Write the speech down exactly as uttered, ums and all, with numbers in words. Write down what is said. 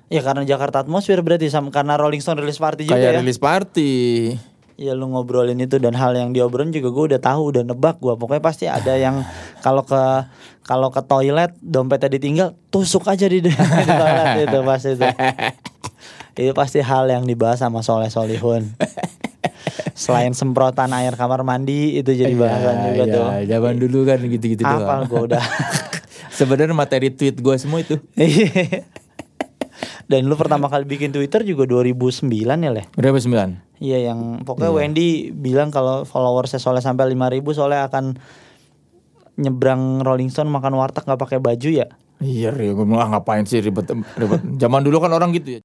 Ya karena Jakarta Atmosphere berarti sama karena Rolling Stone release party juga Kayak ya. release party. Ya lu ngobrolin itu dan hal yang diobrolin juga gue udah tahu, udah nebak gue. Pokoknya pasti ada yang kalau ke kalau ke toilet dompetnya ditinggal, tusuk aja di, di toilet itu pasti itu. Itu pasti hal yang dibahas sama Soleh Solihun. Selain semprotan air kamar mandi itu jadi bahasan juga ya, tuh. Zaman dulu kan gitu-gitu doang. Hafal gue udah. Sebenarnya materi tweet gue semua itu. Dan lu pertama kali bikin Twitter juga dua ribu sembilan ya, Leh? Berapa sembilan? Iya, yang pokoknya Iya. Wendy bilang kalau followersnya Soleh sampai lima ribu Soleh akan nyebrang Rolling Stone makan warteg gak pakai baju ya. Iya, gue bilang ah, ngapain sih ribet ribet. Zaman dulu kan orang gitu ya.